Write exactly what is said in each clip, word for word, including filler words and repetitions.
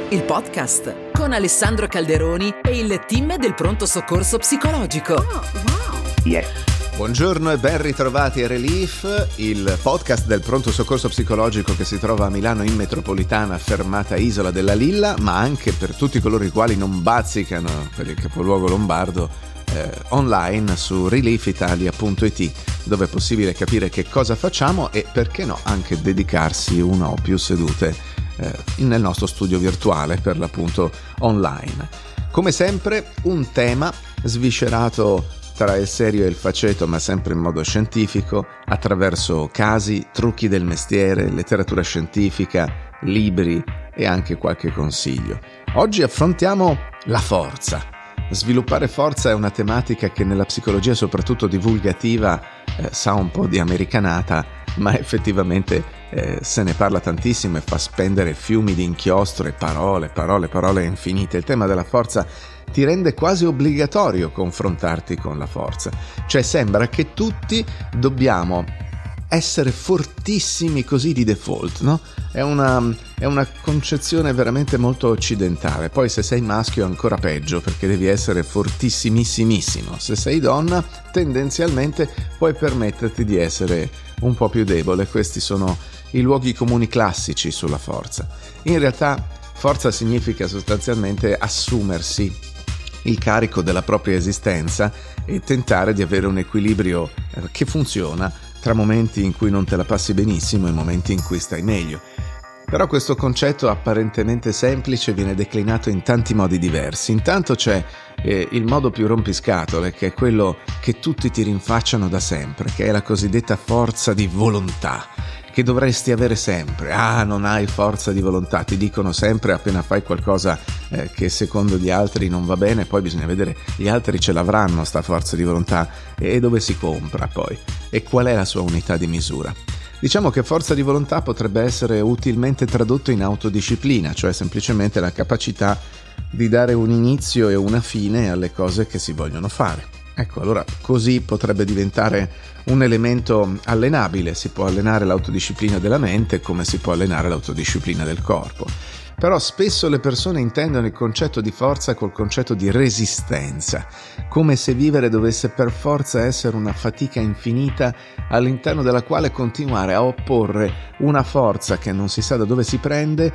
il podcast con Alessandro Calderoni e il team del pronto soccorso psicologico. Oh, wow. Yes. Buongiorno e ben ritrovati a Relief, il podcast del pronto soccorso psicologico che si trova a Milano in metropolitana, fermata Isola della Lilla, ma anche per tutti coloro i quali non bazzicano per il capoluogo lombardo, eh, online su relief italia punto it, dove è possibile capire che cosa facciamo e, perché no, anche dedicarsi una o più sedute eh, nel nostro studio virtuale, per l'appunto online. Come sempre un tema sviscerato tra il serio e il faceto, ma sempre in modo scientifico, attraverso casi, trucchi del mestiere, letteratura scientifica, libri e anche qualche consiglio. Oggi affrontiamo la forza. Sviluppare forza è una tematica che nella psicologia, soprattutto divulgativa, eh, sa un po' di americanata, ma effettivamente eh, se ne parla tantissimo e fa spendere fiumi di inchiostro e parole, parole, parole infinite. Il tema della forza ti rende quasi obbligatorio confrontarti con la forza. Cioè sembra che tutti dobbiamo essere fortissimi così di default, no? È una, è una concezione veramente molto occidentale. Poi se sei maschio è ancora peggio, perché devi essere fortissimissimissimo. Se sei donna tendenzialmente puoi permetterti di essere un po' più debole. Questi sono i luoghi comuni classici sulla forza. In realtà forza significa sostanzialmente assumersi il carico della propria esistenza e tentare di avere un equilibrio che funziona tra momenti in cui non te la passi benissimo e momenti in cui stai meglio. Però questo concetto apparentemente semplice viene declinato in tanti modi diversi. Intanto c'è eh, il modo più rompiscatole, che è quello che tutti ti rinfacciano da sempre, che è la cosiddetta forza di volontà, che dovresti avere sempre. Ah, non hai forza di volontà, ti dicono sempre appena fai qualcosa eh, che secondo gli altri non va bene. Poi bisogna vedere, gli altri ce l'avranno sta forza di volontà, e dove si compra poi, e qual è la sua unità di misura. Diciamo che forza di volontà potrebbe essere utilmente tradotto in autodisciplina, cioè semplicemente la capacità di dare un inizio e una fine alle cose che si vogliono fare. Ecco, allora così potrebbe diventare un elemento allenabile. Si può allenare l'autodisciplina della mente come si può allenare l'autodisciplina del corpo. Però spesso le persone intendono il concetto di forza col concetto di resistenza, come se vivere dovesse per forza essere una fatica infinita all'interno della quale continuare a opporre una forza che non si sa da dove si prende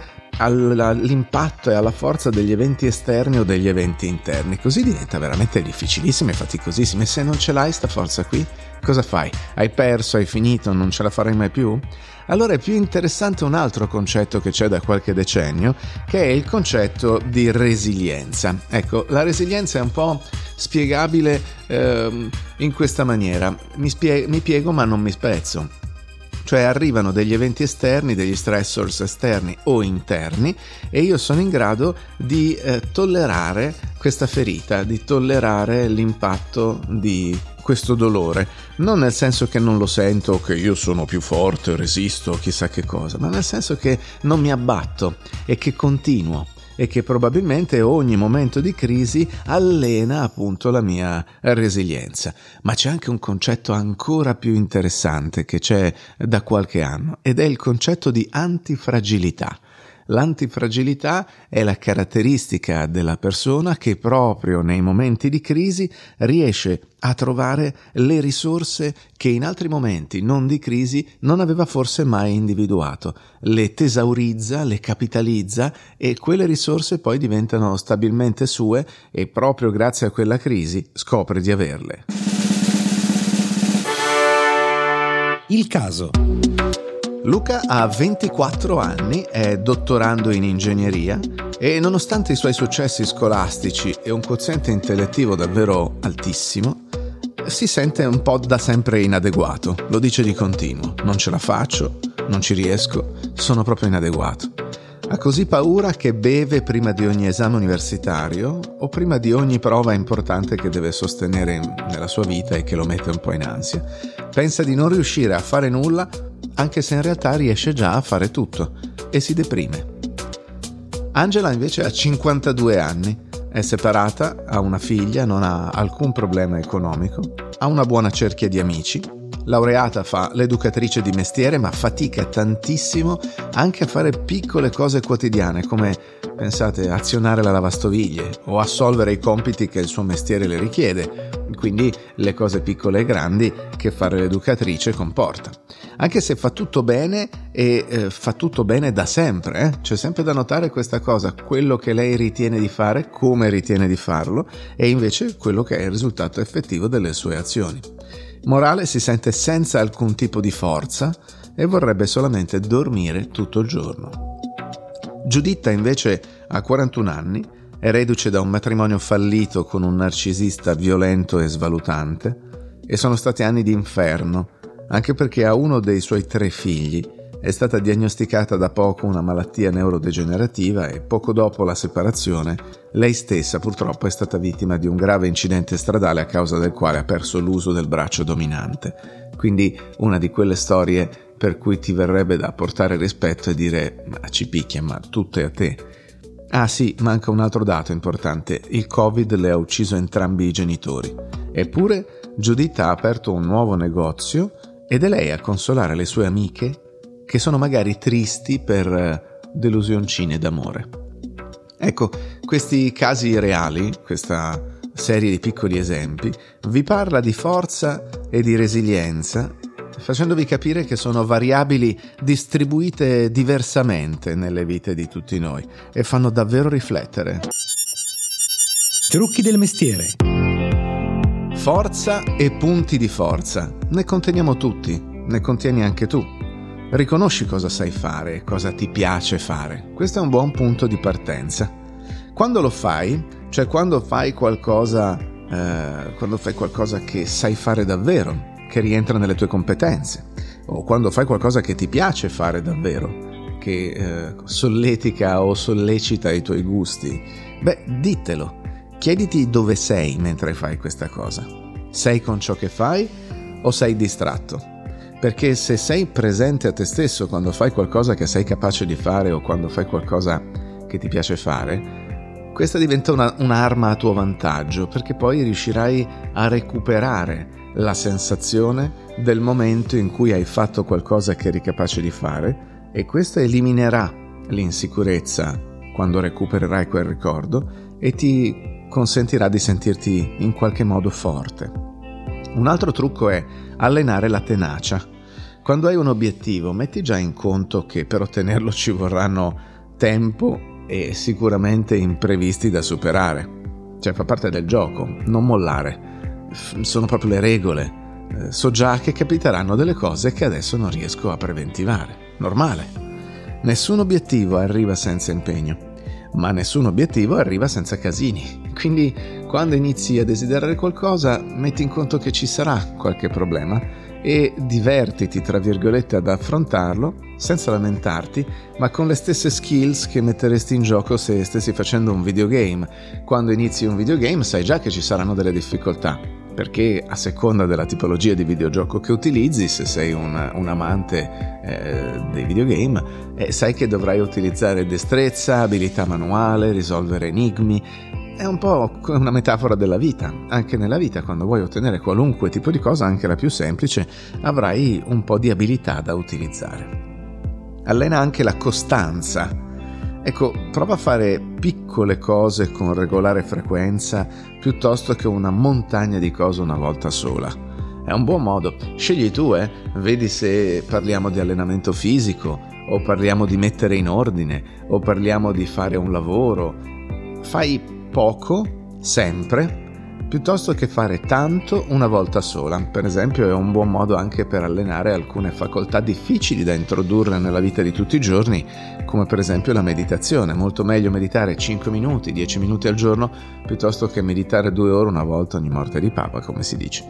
all'impatto e alla forza degli eventi esterni o degli eventi interni. Così diventa veramente difficilissimo e faticosissimo. E se non ce l'hai sta forza qui, cosa fai? Hai perso, hai finito, non ce la farai mai più? Allora è più interessante un altro concetto che c'è da qualche decennio, che è il concetto di resilienza. Ecco, la resilienza è un po' spiegabile eh, in questa maniera. Mi, spie- mi piego ma non mi spezzo. Cioè arrivano degli eventi esterni, degli stressors esterni o interni, e io sono in grado di eh, tollerare questa ferita, di tollerare l'impatto di questo dolore, non nel senso che non lo sento, che io sono più forte, resisto, chissà che cosa, ma nel senso che non mi abbatto e che continuo, e che probabilmente ogni momento di crisi allena appunto la mia resilienza. Ma c'è anche un concetto ancora più interessante che c'è da qualche anno, ed è il concetto di antifragilità. L'antifragilità è la caratteristica della persona che proprio nei momenti di crisi riesce a trovare le risorse che in altri momenti non di crisi non aveva forse mai individuato. Le tesaurizza, le capitalizza, e quelle risorse poi diventano stabilmente sue, e proprio grazie a quella crisi scopre di averle. Il caso. Luca ha ventiquattro anni, è dottorando in ingegneria e nonostante i suoi successi scolastici e un quoziente intellettivo davvero altissimo, si sente un po' da sempre inadeguato. Lo dice di continuo: non ce la faccio, non ci riesco, sono proprio inadeguato. Ha così paura che beve prima di ogni esame universitario o prima di ogni prova importante che deve sostenere nella sua vita e che lo mette un po' in ansia. Pensa di non riuscire a fare nulla, anche se in realtà riesce già a fare tutto, e si deprime. Angela invece ha cinquantadue anni, è separata, ha una figlia, non ha alcun problema economico, ha una buona cerchia di amici, laureata, fa l'educatrice di mestiere, ma fatica tantissimo anche a fare piccole cose quotidiane come pensate, azionare la lavastoviglie o assolvere i compiti che il suo mestiere le richiede, quindi le cose piccole e grandi che fare l'educatrice comporta. Anche se fa tutto bene e eh, fa tutto bene da sempre, eh? C'è sempre da notare questa cosa, quello che lei ritiene di fare, come ritiene di farlo, e invece quello che è il risultato effettivo delle sue azioni. Morale, si sente senza alcun tipo di forza e vorrebbe solamente dormire tutto il giorno. Giuditta invece ha quarantuno anni, è reduce da un matrimonio fallito con un narcisista violento e svalutante e sono stati anni di inferno, anche perché a uno dei suoi tre figli è stata diagnosticata da poco una malattia neurodegenerativa e poco dopo la separazione lei stessa purtroppo è stata vittima di un grave incidente stradale a causa del quale ha perso l'uso del braccio dominante. Quindi una di quelle storie per cui ti verrebbe da portare rispetto e dire ma ci picchia, ma tutto è a te. Ah sì, manca un altro dato importante, il Covid le ha ucciso entrambi i genitori. Eppure Giuditta ha aperto un nuovo negozio ed è lei a consolare le sue amiche che sono magari tristi per delusioncine d'amore. Ecco, questi casi reali, questa serie di piccoli esempi, vi parla di forza e di resilienza, facendovi capire che sono variabili distribuite diversamente nelle vite di tutti noi e fanno davvero riflettere. Trucchi del mestiere. Forza e punti di forza. Ne conteniamo tutti, ne contieni anche tu. Riconosci cosa sai fare, cosa ti piace fare. Questo è un buon punto di partenza. Quando lo fai, cioè quando fai qualcosa, eh, quando fai qualcosa che sai fare davvero, che rientra nelle tue competenze, o quando fai qualcosa che ti piace fare davvero, che eh, solletica o sollecita i tuoi gusti, beh, dittelo. Chiediti dove sei mentre fai questa cosa. Sei con ciò che fai o sei distratto? Perché se sei presente a te stesso quando fai qualcosa che sei capace di fare o quando fai qualcosa che ti piace fare, questa diventa una, un'arma a tuo vantaggio, perché poi riuscirai a recuperare la sensazione del momento in cui hai fatto qualcosa che eri capace di fare e questo eliminerà l'insicurezza quando recupererai quel ricordo e ti consentirà di sentirti in qualche modo forte. Un altro trucco è allenare la tenacia. Quando hai un obiettivo, metti già in conto che per ottenerlo ci vorranno tempo e sicuramente imprevisti da superare. Cioè fa parte del gioco, non mollare. Sono proprio le regole. So già che capiteranno delle cose che adesso non riesco a preventivare. Normale. Nessun obiettivo arriva senza impegno, ma nessun obiettivo arriva senza casini. Quindi quando inizi a desiderare qualcosa, metti in conto che ci sarà qualche problema e divertiti, tra virgolette, ad affrontarlo senza lamentarti, ma con le stesse skills che metteresti in gioco se stessi facendo un videogame. Quando inizi un videogame sai già che ci saranno delle difficoltà, perché a seconda della tipologia di videogioco che utilizzi, se sei un, un amante eh, dei videogame, eh, sai che dovrai utilizzare destrezza, abilità manuale, risolvere enigmi. È un po' una metafora della vita. Anche nella vita, quando vuoi ottenere qualunque tipo di cosa, anche la più semplice, avrai un po' di abilità da utilizzare. Allena anche la costanza. Ecco, prova a fare piccole cose con regolare frequenza piuttosto che una montagna di cose una volta sola. È un buon modo. Scegli tu, eh? Vedi se parliamo di allenamento fisico, o parliamo di mettere in ordine, o parliamo di fare un lavoro. Fai poco, sempre, piuttosto che fare tanto una volta sola. Per esempio è un buon modo anche per allenare alcune facoltà difficili da introdurre nella vita di tutti i giorni, come per esempio la meditazione. Molto meglio meditare cinque minuti, dieci minuti al giorno, piuttosto che meditare due ore una volta ogni morte di papa, come si dice.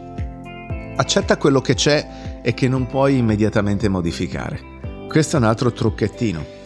Accetta quello che c'è e che non puoi immediatamente modificare. Questo è un altro trucchettino.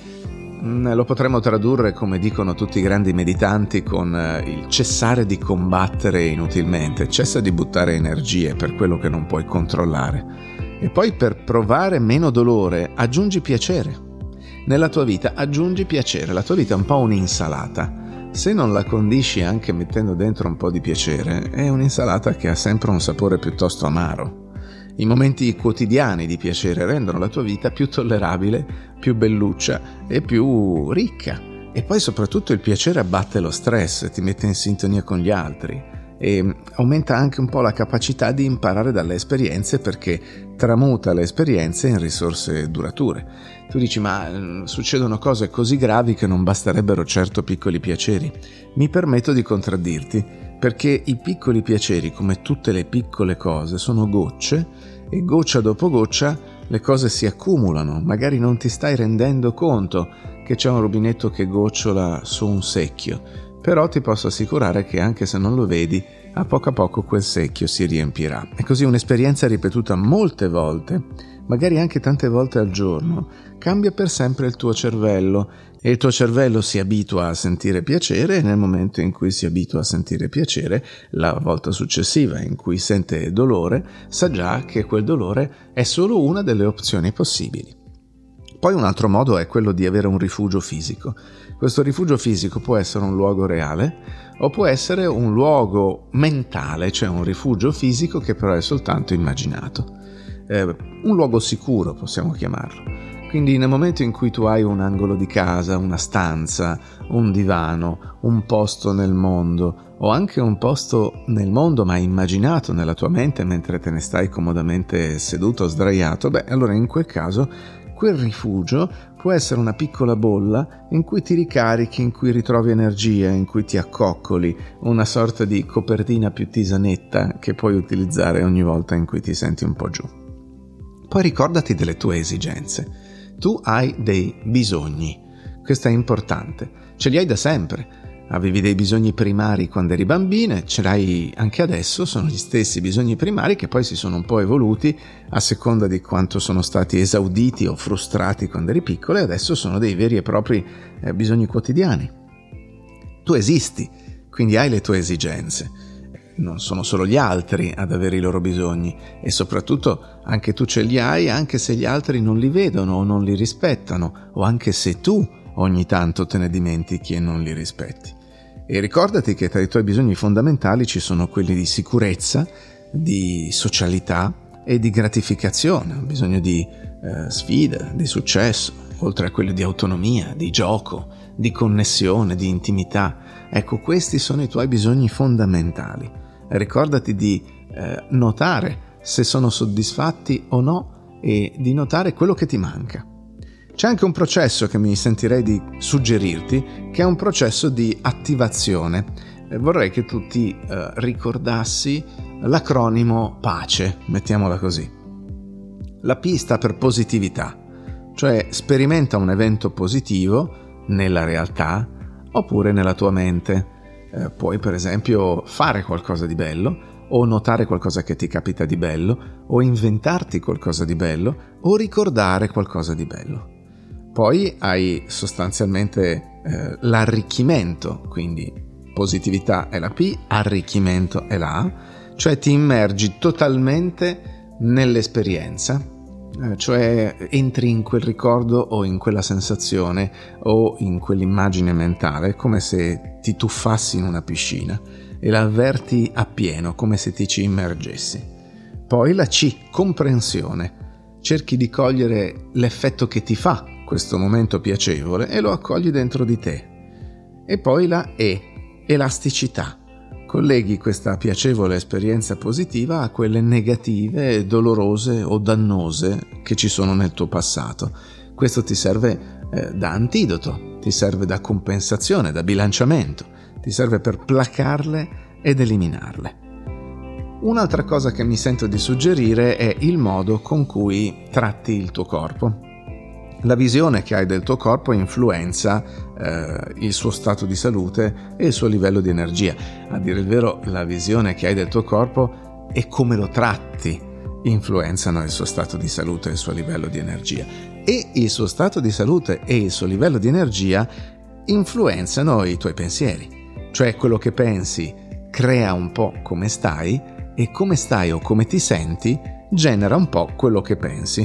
Lo potremmo tradurre, come dicono tutti i grandi meditanti, con il cessare di combattere inutilmente, cessa di buttare energie per quello che non puoi controllare. E poi, per provare meno dolore, aggiungi piacere. Nella tua vita aggiungi piacere. La tua vita è un po' un'insalata. Se non la condisci anche mettendo dentro un po' di piacere, è un'insalata che ha sempre un sapore piuttosto amaro. I momenti quotidiani di piacere rendono la tua vita più tollerabile, più belluccia e più ricca. E poi soprattutto il piacere abbatte lo stress, ti mette in sintonia con gli altri e aumenta anche un po' la capacità di imparare dalle esperienze, perché tramuta le esperienze in risorse durature. Tu dici, ma eh, succedono cose così gravi che non basterebbero certo piccoli piaceri. Mi permetto di contraddirti, perché i piccoli piaceri, come tutte le piccole cose, sono gocce, e goccia dopo goccia le cose si accumulano. Magari non ti stai rendendo conto che c'è un rubinetto che gocciola su un secchio, però ti posso assicurare che anche se non lo vedi, a poco a poco quel secchio si riempirà. E così un'esperienza ripetuta molte volte, magari anche tante volte al giorno, cambia per sempre il tuo cervello, e il tuo cervello si abitua a sentire piacere, e nel momento in cui si abitua a sentire piacere, la volta successiva in cui sente dolore, sa già che quel dolore è solo una delle opzioni possibili. Poi un altro modo è quello di avere un rifugio fisico. Questo rifugio fisico può essere un luogo reale o può essere un luogo mentale, cioè un rifugio fisico che però è soltanto immaginato. Eh, un luogo sicuro possiamo chiamarlo. Quindi nel momento in cui tu hai un angolo di casa, una stanza, un divano, un posto nel mondo o anche un posto nel mondo ma immaginato nella tua mente mentre te ne stai comodamente seduto o sdraiato, beh allora in quel caso quel rifugio può essere una piccola bolla in cui ti ricarichi, in cui ritrovi energia, in cui ti accoccoli, una sorta di copertina più tisanetta che puoi utilizzare ogni volta in cui ti senti un po' giù. Poi ricordati delle tue esigenze. Tu hai dei bisogni, questo è importante, ce li hai da sempre. Avevi dei bisogni primari quando eri bambina, ce l'hai anche adesso, sono gli stessi bisogni primari che poi si sono un po' evoluti a seconda di quanto sono stati esauditi o frustrati quando eri piccolo, e adesso sono dei veri e propri eh, bisogni quotidiani. Tu esisti, quindi hai le tue esigenze. Non sono solo gli altri ad avere i loro bisogni, e soprattutto anche tu ce li hai, anche se gli altri non li vedono o non li rispettano, o anche se tu ogni tanto te ne dimentichi e non li rispetti. E ricordati che tra i tuoi bisogni fondamentali ci sono quelli di sicurezza, di socialità e di gratificazione, un bisogno di eh, sfida, di successo, oltre a quelli di autonomia, di gioco, di connessione, di intimità. Ecco, questi sono i tuoi bisogni fondamentali. Ricordati di eh, notare se sono soddisfatti o no e di notare quello che ti manca. C'è anche un processo che mi sentirei di suggerirti, che è un processo di attivazione. Eh, vorrei che tu ti eh, ricordassi l'acronimo PACE, mettiamola così. La P sta per positività, cioè sperimenta un evento positivo nella realtà oppure nella tua mente. Eh, puoi per esempio fare qualcosa di bello, o notare qualcosa che ti capita di bello, o inventarti qualcosa di bello, o ricordare qualcosa di bello. Poi hai sostanzialmente eh, l'arricchimento, quindi positività è la P, arricchimento è la A, cioè ti immergi totalmente nell'esperienza, eh, cioè entri in quel ricordo o in quella sensazione o in quell'immagine mentale come se ti tuffassi in una piscina e la avverti appieno, come se ti ci immergessi. Poi la C, comprensione, cerchi di cogliere l'effetto che ti fa questo momento piacevole e lo accogli dentro di te. E poi la E, elasticità, colleghi questa piacevole esperienza positiva a quelle negative, dolorose o dannose che ci sono nel tuo passato. Questo ti serve eh, da antidoto, ti serve da compensazione, da bilanciamento, ti serve per placarle ed eliminarle. Un'altra cosa che mi sento di suggerire è il modo con cui tratti il tuo corpo. La visione che hai del tuo corpo influenza eh, il suo stato di salute e il suo livello di energia. A dire il vero, la visione che hai del tuo corpo e come lo tratti influenzano il suo stato di salute e il suo livello di energia. E il suo stato di salute e il suo livello di energia influenzano i tuoi pensieri. Cioè quello che pensi crea un po' come stai, e come stai o come ti senti genera un po' quello che pensi.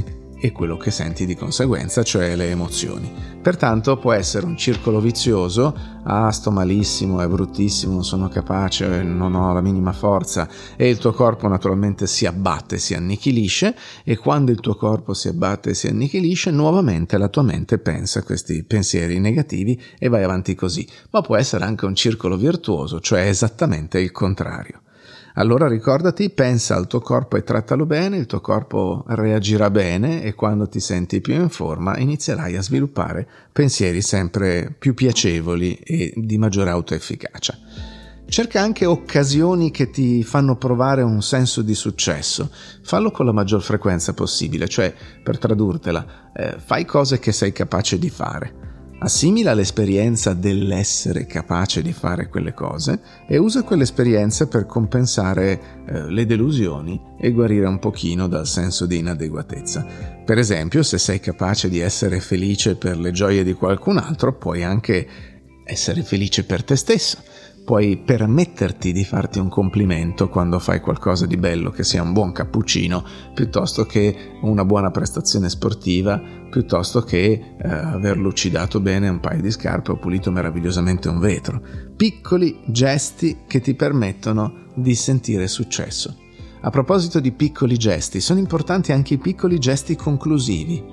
e quello che senti di conseguenza, cioè le emozioni. Pertanto può essere un circolo vizioso: ah, sto malissimo, è bruttissimo, non sono capace, non ho la minima forza, e il tuo corpo naturalmente si abbatte, si annichilisce, e quando il tuo corpo si abbatte e si annichilisce, nuovamente la tua mente pensa questi pensieri negativi e vai avanti così. Ma può essere anche un circolo virtuoso, cioè esattamente il contrario. Allora ricordati, pensa al tuo corpo e trattalo bene, il tuo corpo reagirà bene, e quando ti senti più in forma inizierai a sviluppare pensieri sempre più piacevoli e di maggiore autoefficacia. Cerca anche occasioni che ti fanno provare un senso di successo. Fallo con la maggior frequenza possibile, cioè, per tradurtela, eh, fai cose che sei capace di fare. Assimila l'esperienza dell'essere capace di fare quelle cose e usa quell'esperienza per compensare eh, le delusioni e guarire un pochino dal senso di inadeguatezza. Per esempio, se sei capace di essere felice per le gioie di qualcun altro, puoi anche essere felice per te stesso. Puoi permetterti di farti un complimento quando fai qualcosa di bello, che sia un buon cappuccino, piuttosto che una buona prestazione sportiva, piuttosto che eh, aver lucidato bene un paio di scarpe o pulito meravigliosamente un vetro. Piccoli gesti che ti permettono di sentire successo. A proposito di piccoli gesti, sono importanti anche i piccoli gesti conclusivi.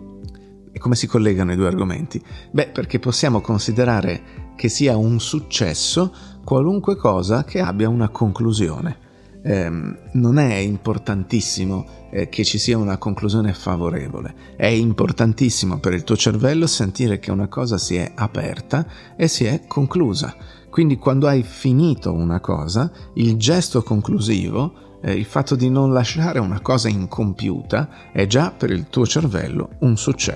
E come si collegano i due argomenti? Beh, perché possiamo considerare che sia un successo qualunque cosa che abbia una conclusione. Eh, non è importantissimo eh, che ci sia una conclusione favorevole. È importantissimo per il tuo cervello sentire che una cosa si è aperta e si è conclusa. Quindi quando hai finito una cosa, il gesto conclusivo, eh, il fatto di non lasciare una cosa incompiuta, è già per il tuo cervello un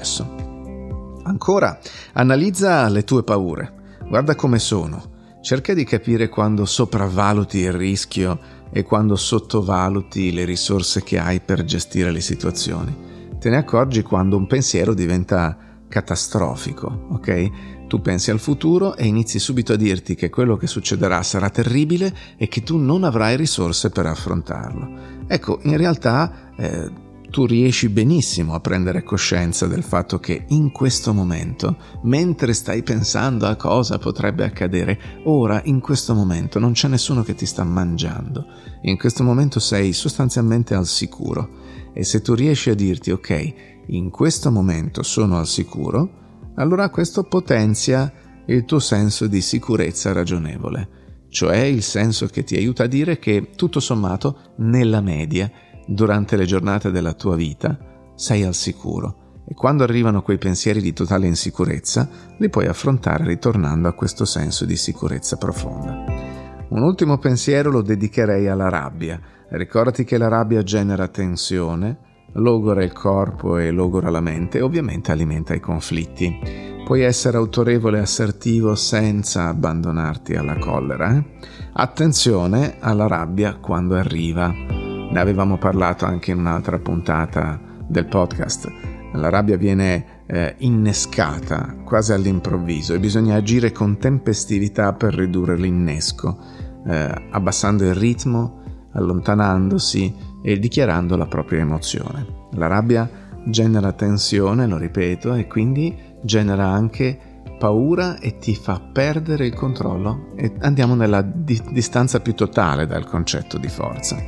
successo. Ancora, analizza le tue paure. Guarda come sono. Cerca di capire quando sopravvaluti il rischio e quando sottovaluti le risorse che hai per gestire le situazioni. Te ne accorgi quando un pensiero diventa catastrofico, ok? Tu pensi al futuro e inizi subito a dirti che quello che succederà sarà terribile e che tu non avrai risorse per affrontarlo. Ecco, in realtà eh, tu riesci benissimo a prendere coscienza del fatto che in questo momento, mentre stai pensando a cosa potrebbe accadere, ora, in questo momento, non c'è nessuno che ti sta mangiando. In questo momento sei sostanzialmente al sicuro. E se tu riesci a dirti, ok, in questo momento sono al sicuro, allora questo potenzia il tuo senso di sicurezza ragionevole, cioè il senso che ti aiuta a dire che, tutto sommato, nella media, durante le giornate della tua vita, sei al sicuro, e quando arrivano quei pensieri di totale insicurezza, li puoi affrontare ritornando a questo senso di sicurezza profonda. Un ultimo pensiero lo dedicherei alla rabbia. Ricordati che la rabbia genera tensione, logora il corpo e logora la mente e ovviamente alimenta i conflitti. Puoi essere autorevole e assertivo senza abbandonarti alla collera. Eh? Attenzione alla rabbia quando arriva. Ne avevamo parlato anche in un'altra puntata del podcast. La rabbia viene eh, innescata quasi all'improvviso e bisogna agire con tempestività per ridurre l'innesco, eh, abbassando il ritmo, allontanandosi e dichiarando la propria emozione. La rabbia genera tensione, lo ripeto, e quindi genera anche paura e ti fa perdere il controllo, e andiamo nella di- distanza più totale dal concetto di forza.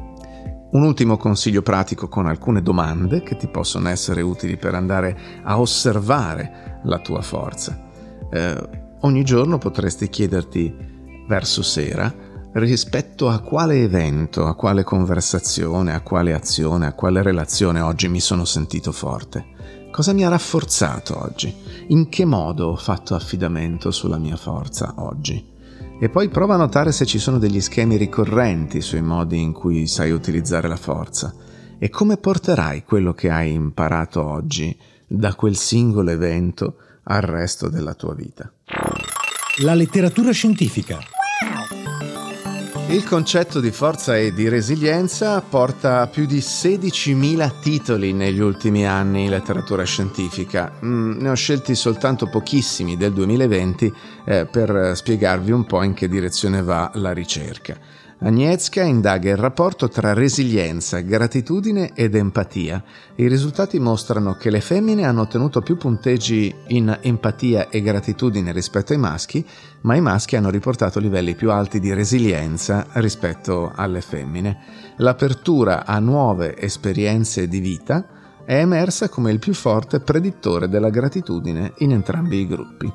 Un ultimo consiglio pratico con alcune domande che ti possono essere utili per andare a osservare la tua forza. Eh, ogni giorno potresti chiederti verso sera rispetto a quale evento, a quale conversazione, a quale azione, a quale relazione oggi mi sono sentito forte. Cosa mi ha rafforzato oggi? In che modo ho fatto affidamento sulla mia forza oggi? E poi prova a notare se ci sono degli schemi ricorrenti sui modi in cui sai utilizzare la forza e come porterai quello che hai imparato oggi da quel singolo evento al resto della tua vita. La letteratura scientifica. Il concetto di forza e di resilienza porta a più di sedicimila titoli negli ultimi anni in letteratura scientifica. Mm, ne ho scelti soltanto pochissimi del duemilaventi eh, per spiegarvi un po' in che direzione va la ricerca. Agnieszka indaga il rapporto tra resilienza, gratitudine ed empatia. I risultati mostrano che le femmine hanno ottenuto più punteggi in empatia e gratitudine rispetto ai maschi, ma i maschi hanno riportato livelli più alti di resilienza rispetto alle femmine. L'apertura a nuove esperienze di vita è emersa come il più forte predittore della gratitudine in entrambi i gruppi.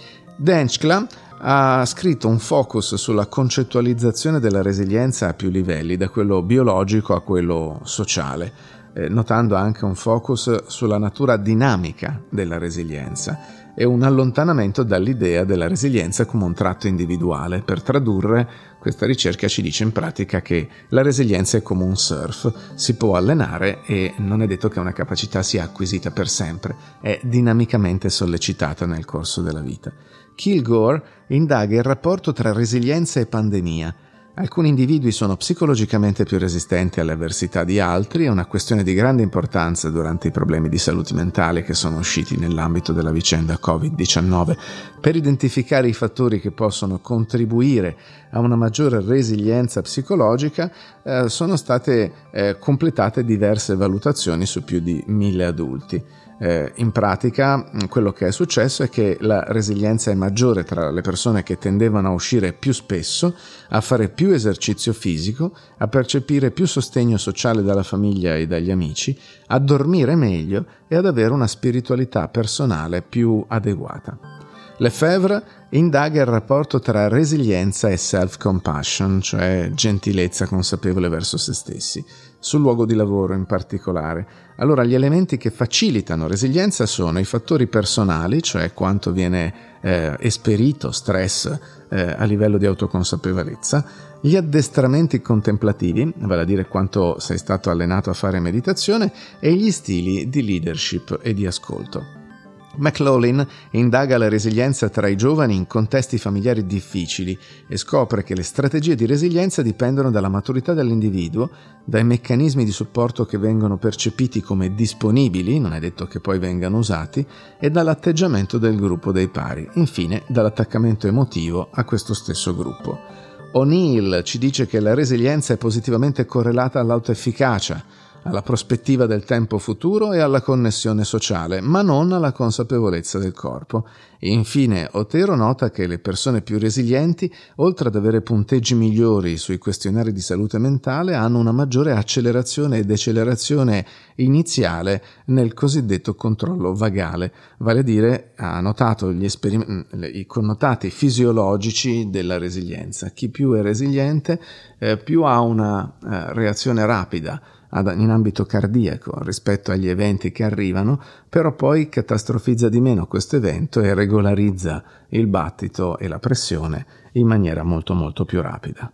Denchkla ha scritto un focus sulla concettualizzazione della resilienza a più livelli, da quello biologico a quello sociale, eh, notando anche un focus sulla natura dinamica della resilienza e un allontanamento dall'idea della resilienza come un tratto individuale. Per tradurre, questa ricerca ci dice in pratica che la resilienza è come un surf, si può allenare e non è detto che una capacità sia acquisita per sempre, è dinamicamente sollecitata nel corso della vita. Kilgore indaga il rapporto tra resilienza e pandemia. Alcuni individui sono psicologicamente più resistenti alle avversità di altri, è una questione di grande importanza durante i problemi di salute mentale che sono usciti nell'ambito della vicenda covid diciannove. Per identificare i fattori che possono contribuire a una maggiore resilienza psicologica eh, sono state eh, completate diverse valutazioni su più di mille adulti. Eh, in pratica quello che è successo è che la resilienza è maggiore tra le persone che tendevano a uscire più spesso, a fare più esercizio fisico, a percepire più sostegno sociale dalla famiglia e dagli amici, a dormire meglio e ad avere una spiritualità personale più adeguata. Lefebvre indaga il rapporto tra resilienza e self-compassion, cioè gentilezza consapevole verso se stessi, sul luogo di lavoro in particolare. Allora, gli elementi che facilitano resilienza sono i fattori personali, cioè quanto viene eh, esperito stress eh, a livello di autoconsapevolezza, gli addestramenti contemplativi, vale a dire quanto sei stato allenato a fare meditazione, e gli stili di leadership e di ascolto. McLaughlin indaga la resilienza tra i giovani in contesti familiari difficili e scopre che le strategie di resilienza dipendono dalla maturità dell'individuo, dai meccanismi di supporto che vengono percepiti come disponibili, non è detto che poi vengano usati, e dall'atteggiamento del gruppo dei pari, infine dall'attaccamento emotivo a questo stesso gruppo. O'Neill ci dice che la resilienza è positivamente correlata all'autoefficacia, alla prospettiva del tempo futuro e alla connessione sociale, ma non alla consapevolezza del corpo. E infine Otero nota che le persone più resilienti, oltre ad avere punteggi migliori sui questionari di salute mentale, hanno una maggiore accelerazione e decelerazione iniziale nel cosiddetto controllo vagale, vale a dire ha notato gli esperim- i connotati fisiologici della resilienza. Chi più è resiliente, eh, più ha una eh, reazione rapida in ambito cardiaco rispetto agli eventi che arrivano, però poi catastrofizza di meno questo evento e regolarizza il battito e la pressione in maniera molto molto più rapida.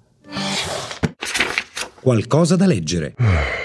Qualcosa da leggere.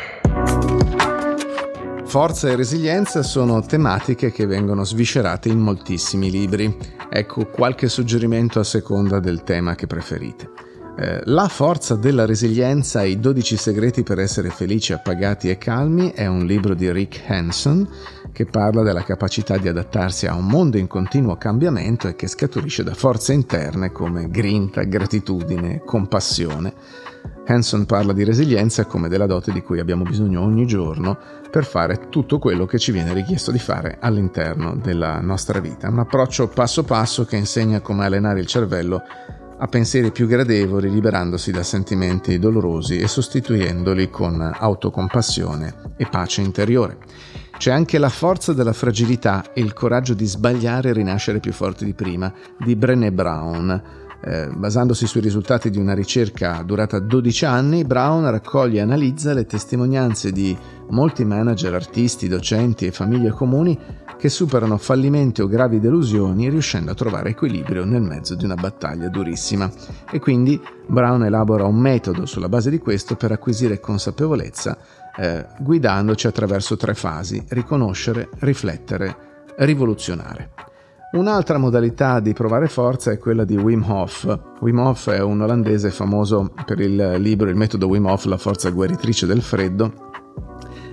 Forza e resilienza sono tematiche che vengono sviscerate in moltissimi libri. Ecco qualche suggerimento a seconda del tema che preferite. La forza della resilienza e i dodici segreti per essere felici, appagati e calmi è un libro di Rick Hanson che parla della capacità di adattarsi a un mondo in continuo cambiamento e che scaturisce da forze interne come grinta, gratitudine, compassione. Hanson parla di resilienza come della dote di cui abbiamo bisogno ogni giorno per fare tutto quello che ci viene richiesto di fare all'interno della nostra vita. Un approccio passo passo che insegna come allenare il cervello a pensieri più gradevoli, liberandosi da sentimenti dolorosi e sostituendoli con autocompassione e pace interiore. C'è anche La forza della fragilità e il coraggio di sbagliare e rinascere più forti di prima, di Brené Brown. Eh, basandosi sui risultati di una ricerca durata dodici anni, Brown raccoglie e analizza le testimonianze di molti manager, artisti, docenti e famiglie comuni che superano fallimenti o gravi delusioni riuscendo a trovare equilibrio nel mezzo di una battaglia durissima. E quindi Brown elabora un metodo sulla base di questo per acquisire consapevolezza, eh, guidandoci attraverso tre fasi: riconoscere, riflettere, rivoluzionare. Un'altra modalità di provare forza è quella di Wim Hof. Wim Hof è un olandese famoso per il libro Il metodo Wim Hof, la forza guaritrice del freddo,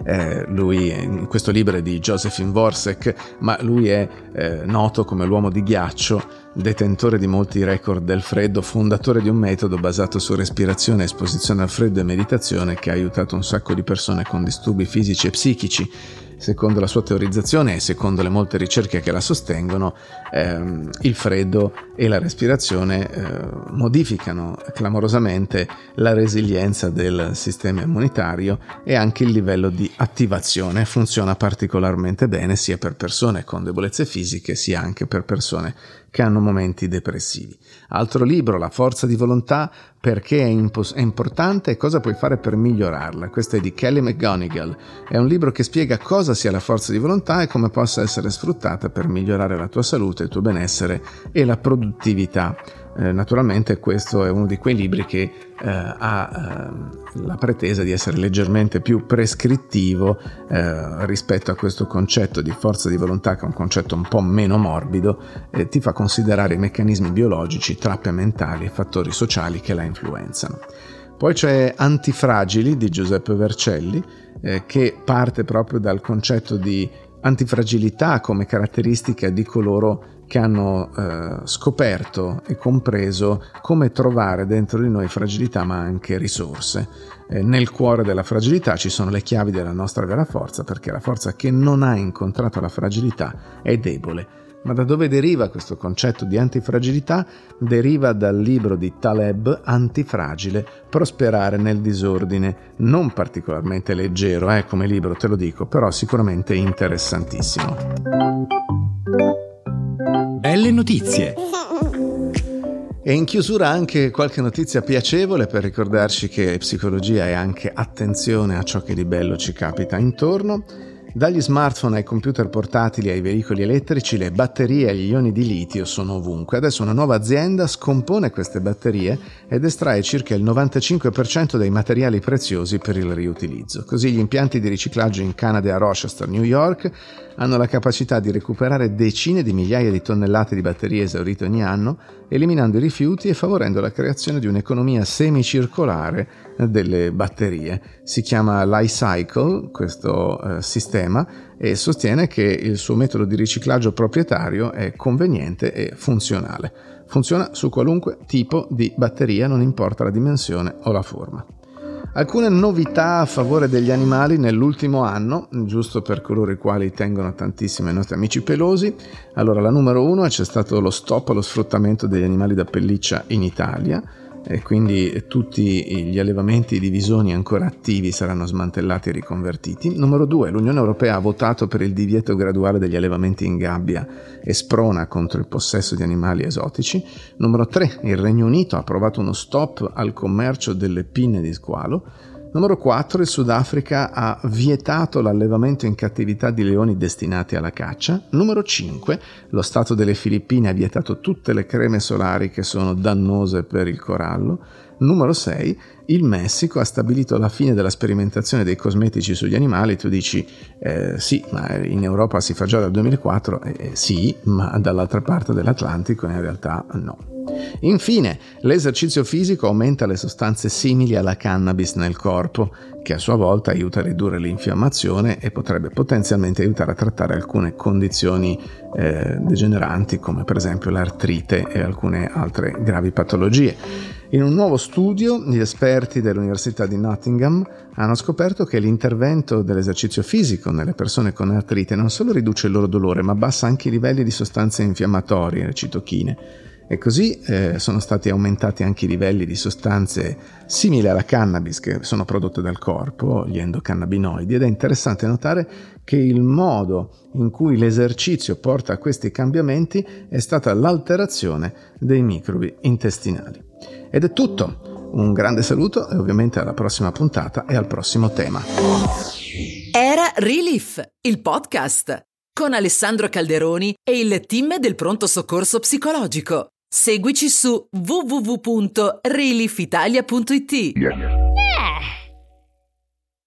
Eh, lui, in questo libro è di Josephine Vorsek, ma lui è eh, noto come l'uomo di ghiaccio, detentore di molti record del freddo, fondatore di un metodo basato su respirazione, esposizione al freddo e meditazione che ha aiutato un sacco di persone con disturbi fisici e psichici. Secondo la sua teorizzazione e secondo le molte ricerche che la sostengono, ehm, il freddo e la respirazione eh, modificano clamorosamente la resilienza del sistema immunitario e anche il livello di attivazione. Funziona particolarmente bene sia per persone con debolezze fisiche sia anche per persone che hanno momenti depressivi. Altro libro, La forza di volontà, perché è, impos- è importante e cosa puoi fare per migliorarla. Questo è di Kelly McGonigal. È un libro che spiega cosa sia la forza di volontà e come possa essere sfruttata per migliorare la tua salute, il tuo benessere e la produttività. Eh, naturalmente questo è uno di quei libri che eh, ha eh, la pretesa di essere leggermente più prescrittivo eh, rispetto a questo concetto di forza di volontà, che è un concetto un po' meno morbido, e ti fa considerare i meccanismi biologici, trappole mentali e fattori sociali che la influenzano. Poi c'è Antifragili di Giuseppe Vercelli, eh, che parte proprio dal concetto di antifragilità come caratteristica di coloro che hanno eh, scoperto e compreso come trovare dentro di noi fragilità ma anche risorse. Eh, nel cuore della fragilità ci sono le chiavi della nostra vera forza, perché la forza che non ha incontrato la fragilità è debole. Ma da dove deriva questo concetto di antifragilità? Deriva dal libro di Taleb, Antifragile, Prosperare nel disordine, non particolarmente leggero eh, come libro, te lo dico, però sicuramente interessantissimo. Belle notizie. E in chiusura anche qualche notizia piacevole per ricordarci che psicologia è anche attenzione a ciò che di bello ci capita intorno. Dagli smartphone ai computer portatili ai veicoli elettrici, le batterie e gli ioni di litio sono ovunque. Adesso una nuova azienda scompone queste batterie ed estrae circa il novantacinque per cento dei materiali preziosi per il riutilizzo. Così gli impianti di riciclaggio in Canada e a Rochester, New York, hanno la capacità di recuperare decine di migliaia di tonnellate di batterie esaurite ogni anno, eliminando i rifiuti e favorendo la creazione di un'economia semicircolare delle batterie. Si chiama Li-Cycle questo eh, sistema e sostiene che il suo metodo di riciclaggio proprietario è conveniente e funzionale. Funziona su qualunque tipo di batteria, non importa la dimensione o la forma. Alcune novità a favore degli animali nell'ultimo anno, giusto per coloro i quali tengono tantissimo i nostri amici pelosi. Allora, la numero uno, c'è stato lo stop allo sfruttamento degli animali da pelliccia in Italia, e quindi tutti gli allevamenti di visoni ancora attivi saranno smantellati e riconvertiti. Numero due, l'Unione Europea ha votato per il divieto graduale degli allevamenti in gabbia e sprona contro il possesso di animali esotici. Numero tre, il Regno Unito ha approvato uno stop al commercio delle pinne di squalo. Numero quattro, il Sudafrica ha vietato l'allevamento in cattività di leoni destinati alla caccia. Numero cinque, lo Stato delle Filippine ha vietato tutte le creme solari che sono dannose per il corallo. Numero sei, il Messico ha stabilito la fine della sperimentazione dei cosmetici sugli animali. Tu dici, eh, sì, ma in Europa si fa già dal duemilaquattro, eh, sì, ma dall'altra parte dell'Atlantico in realtà no. Infine, l'esercizio fisico aumenta le sostanze simili alla cannabis nel corpo, che a sua volta aiuta a ridurre l'infiammazione e potrebbe potenzialmente aiutare a trattare alcune condizioni eh, degeneranti, come per esempio l'artrite e alcune altre gravi patologie. In un nuovo studio, gli esperti dell'Università di Nottingham hanno scoperto che l'intervento dell'esercizio fisico nelle persone con artrite non solo riduce il loro dolore, ma abbassa anche i livelli di sostanze infiammatorie, le citochine. E così eh, sono stati aumentati anche i livelli di sostanze simili alla cannabis che sono prodotte dal corpo, gli endocannabinoidi, ed è interessante notare che il modo in cui l'esercizio porta a questi cambiamenti è stata l'alterazione dei microbi intestinali. Ed è tutto, un grande saluto e ovviamente alla prossima puntata e al prossimo tema. Era Relief, il podcast, con Alessandro Calderoni e il team del pronto soccorso psicologico. Seguici su w w w punto relief italia punto i t.